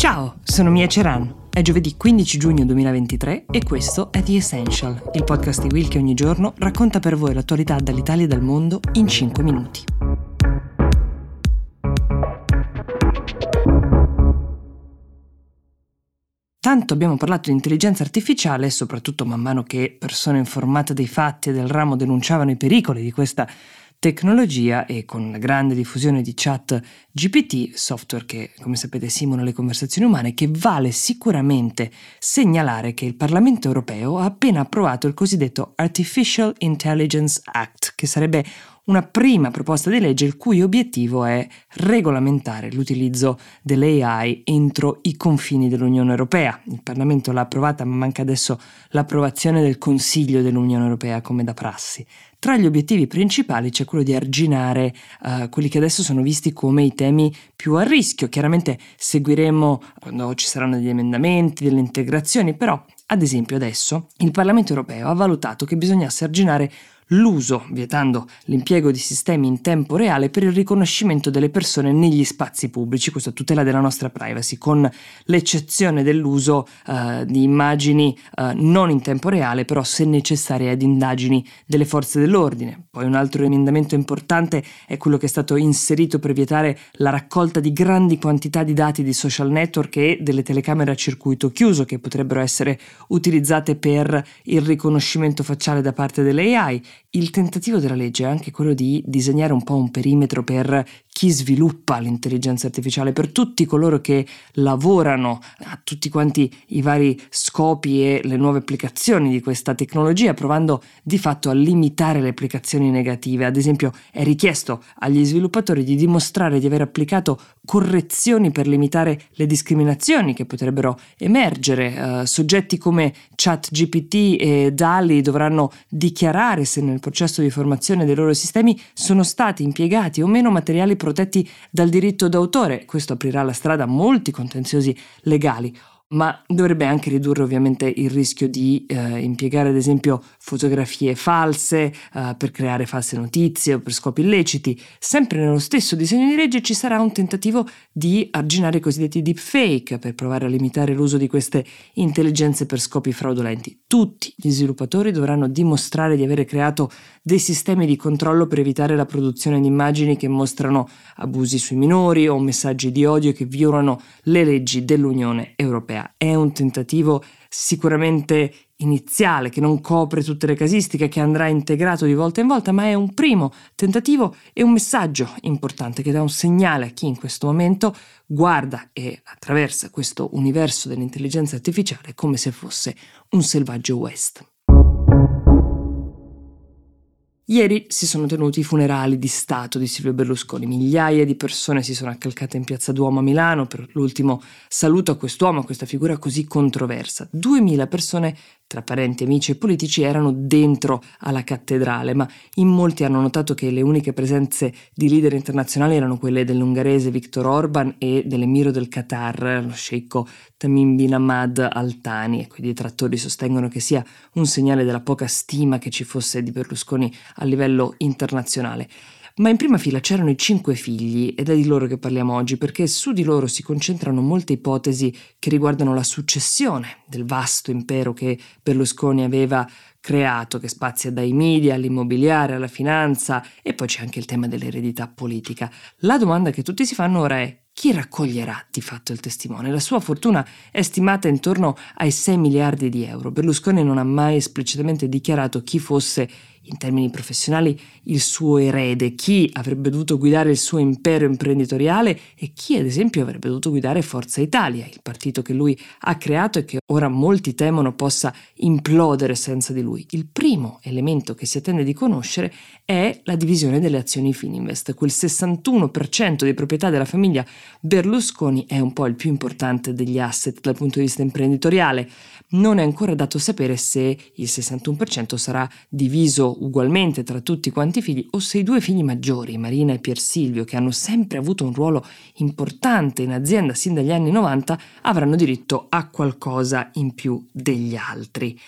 Ciao, sono Mia Ceran. È giovedì 15 giugno 2023 e questo è The Essential, il podcast di Will che ogni giorno racconta per voi l'attualità dall'Italia e dal mondo in 5 minuti. Tanto abbiamo parlato di intelligenza artificiale, soprattutto man mano che persone informate dei fatti e del ramo denunciavano i pericoli di questa tecnologia, e con la grande diffusione di ChatGPT, software che, come sapete, simula le conversazioni umane, che vale sicuramente segnalare che il Parlamento europeo ha appena approvato il cosiddetto Artificial Intelligence Act, che sarebbe una prima proposta di legge il cui obiettivo è regolamentare l'utilizzo dell'AI entro i confini dell'Unione Europea. Il Parlamento l'ha approvata, ma manca adesso l'approvazione del Consiglio dell'Unione Europea come da prassi. Tra gli obiettivi principali c'è quello di arginare quelli che adesso sono visti come i temi più a rischio. Chiaramente seguiremo quando ci saranno degli emendamenti, delle integrazioni, però ad esempio adesso il Parlamento europeo ha valutato che bisognasse arginare l'uso, vietando l'impiego di sistemi in tempo reale per il riconoscimento delle persone negli spazi pubblici, questo a tutela della nostra privacy, con l'eccezione dell'uso di immagini non in tempo reale, però se necessarie ad indagini delle forze dell'ordine. Poi un altro emendamento importante è quello che è stato inserito per vietare la raccolta di grandi quantità di dati di social network e delle telecamere a circuito chiuso che potrebbero essere utilizzate per il riconoscimento facciale da parte delle AI. Il tentativo della legge è anche quello di disegnare un po' un perimetro per chi sviluppa l'intelligenza artificiale, per tutti coloro che lavorano a tutti quanti i vari scopi e le nuove applicazioni di questa tecnologia, provando di fatto a limitare le applicazioni negative. Ad esempio, è richiesto agli sviluppatori di dimostrare di aver applicato correzioni per limitare le discriminazioni che potrebbero emergere. Soggetti come ChatGPT e DALL-E dovranno dichiarare se nel processo di formazione dei loro sistemi sono stati impiegati o meno materiali protetti dal diritto d'autore. Questo aprirà la strada a molti contenziosi legali, ma dovrebbe anche ridurre ovviamente il rischio di impiegare ad esempio fotografie false per creare false notizie o per scopi illeciti. Sempre nello stesso disegno di legge ci sarà un tentativo di arginare i cosiddetti deepfake per provare a limitare l'uso di queste intelligenze per scopi fraudolenti. Tutti gli sviluppatori dovranno dimostrare di avere creato dei sistemi di controllo per evitare la produzione di immagini che mostrano abusi sui minori o messaggi di odio che violano le leggi dell'Unione Europea. È un tentativo sicuramente iniziale che non copre tutte le casistiche, che andrà integrato di volta in volta, ma è un primo tentativo e un messaggio importante che dà un segnale a chi in questo momento guarda e attraversa questo universo dell'intelligenza artificiale come se fosse un selvaggio West. Ieri si sono tenuti i funerali di Stato di Silvio Berlusconi. Migliaia di persone si sono accalcate in Piazza Duomo a Milano per l'ultimo saluto a quest'uomo, a questa figura così controversa. 2000 persone, tra parenti, amici e politici, erano dentro alla cattedrale, ma in molti hanno notato che le uniche presenze di leader internazionali erano quelle dell'ungherese Viktor Orban e dell'emiro del Qatar, lo sceicco Tamim bin Hamad Al Thani. Ecco, i detrattori sostengono che sia un segnale della poca stima che ci fosse di Berlusconi a livello internazionale. Ma in prima fila c'erano i 5 figli ed è di loro che parliamo oggi, perché su di loro si concentrano molte ipotesi che riguardano la successione del vasto impero che Berlusconi aveva creato, che spazia dai media all'immobiliare alla finanza, e poi c'è anche il tema dell'eredità politica. La domanda che tutti si fanno ora è: chi raccoglierà di fatto il testimone? La sua fortuna è stimata intorno ai 6 miliardi di euro. Berlusconi non ha mai esplicitamente dichiarato chi fosse, in termini professionali, il suo erede, chi avrebbe dovuto guidare il suo impero imprenditoriale e chi, ad esempio, avrebbe dovuto guidare Forza Italia, il partito che lui ha creato e che ora molti temono possa implodere senza di lui. Il primo elemento che si attende di conoscere è la divisione delle azioni Fininvest. Quel 61% di proprietà della famiglia Berlusconi è un po' il più importante degli asset dal punto di vista imprenditoriale. Non è ancora dato sapere se il 61% sarà diviso ugualmente tra tutti quanti i figli o se i 2 figli maggiori, Marina e Pier Silvio, che hanno sempre avuto un ruolo importante in azienda sin dagli anni 90, avranno diritto a qualcosa in più degli altri.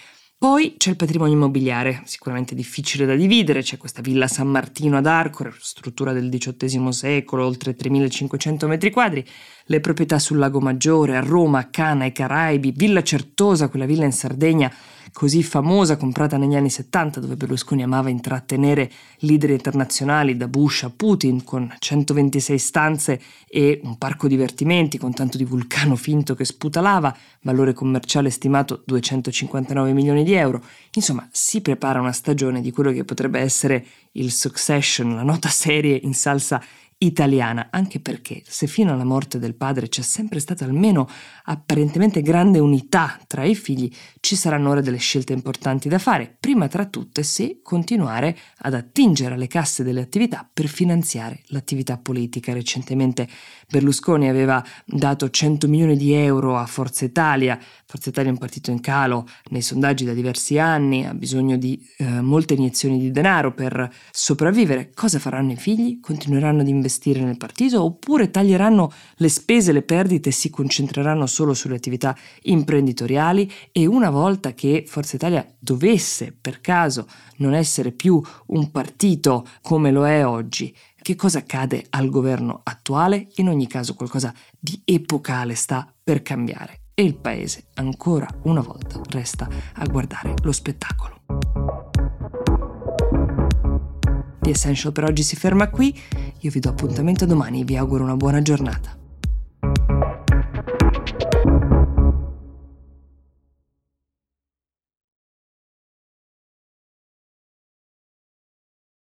Poi c'è il patrimonio immobiliare, sicuramente difficile da dividere. C'è questa Villa San Martino ad Arcore, struttura del XVIII secolo, oltre 3.500 metri quadri, le proprietà sul Lago Maggiore, a Roma, a Cana, ai Caraibi, Villa Certosa, quella villa in Sardegna così famosa, comprata negli anni 70, dove Berlusconi amava intrattenere leader internazionali da Bush a Putin, con 126 stanze e un parco divertimenti con tanto di vulcano finto che sputa lava, valore commerciale stimato 259 milioni di euro. Insomma, si prepara una stagione di quello che potrebbe essere il Succession, la nota serie in salsa italiana, anche perché se fino alla morte del padre c'è sempre stata almeno apparentemente grande unità tra i figli, ci saranno ora delle scelte importanti da fare, prima tra tutte se continuare ad attingere alle casse delle attività per finanziare l'attività politica. Recentemente Berlusconi aveva dato 100 milioni di euro a Forza Italia è un partito in calo nei sondaggi da diversi anni, ha bisogno di molte iniezioni di denaro per sopravvivere. Cosa faranno i figli? Continueranno ad investire nel partito oppure taglieranno le spese, le perdite e si concentreranno solo sulle attività imprenditoriali? E una volta che Forza Italia dovesse per caso non essere più un partito come lo è oggi, che cosa accade al governo attuale? In ogni caso qualcosa di epocale sta per cambiare e il paese ancora una volta resta a guardare lo spettacolo. The Essential per oggi si ferma qui, io vi do appuntamento domani e vi auguro una buona giornata.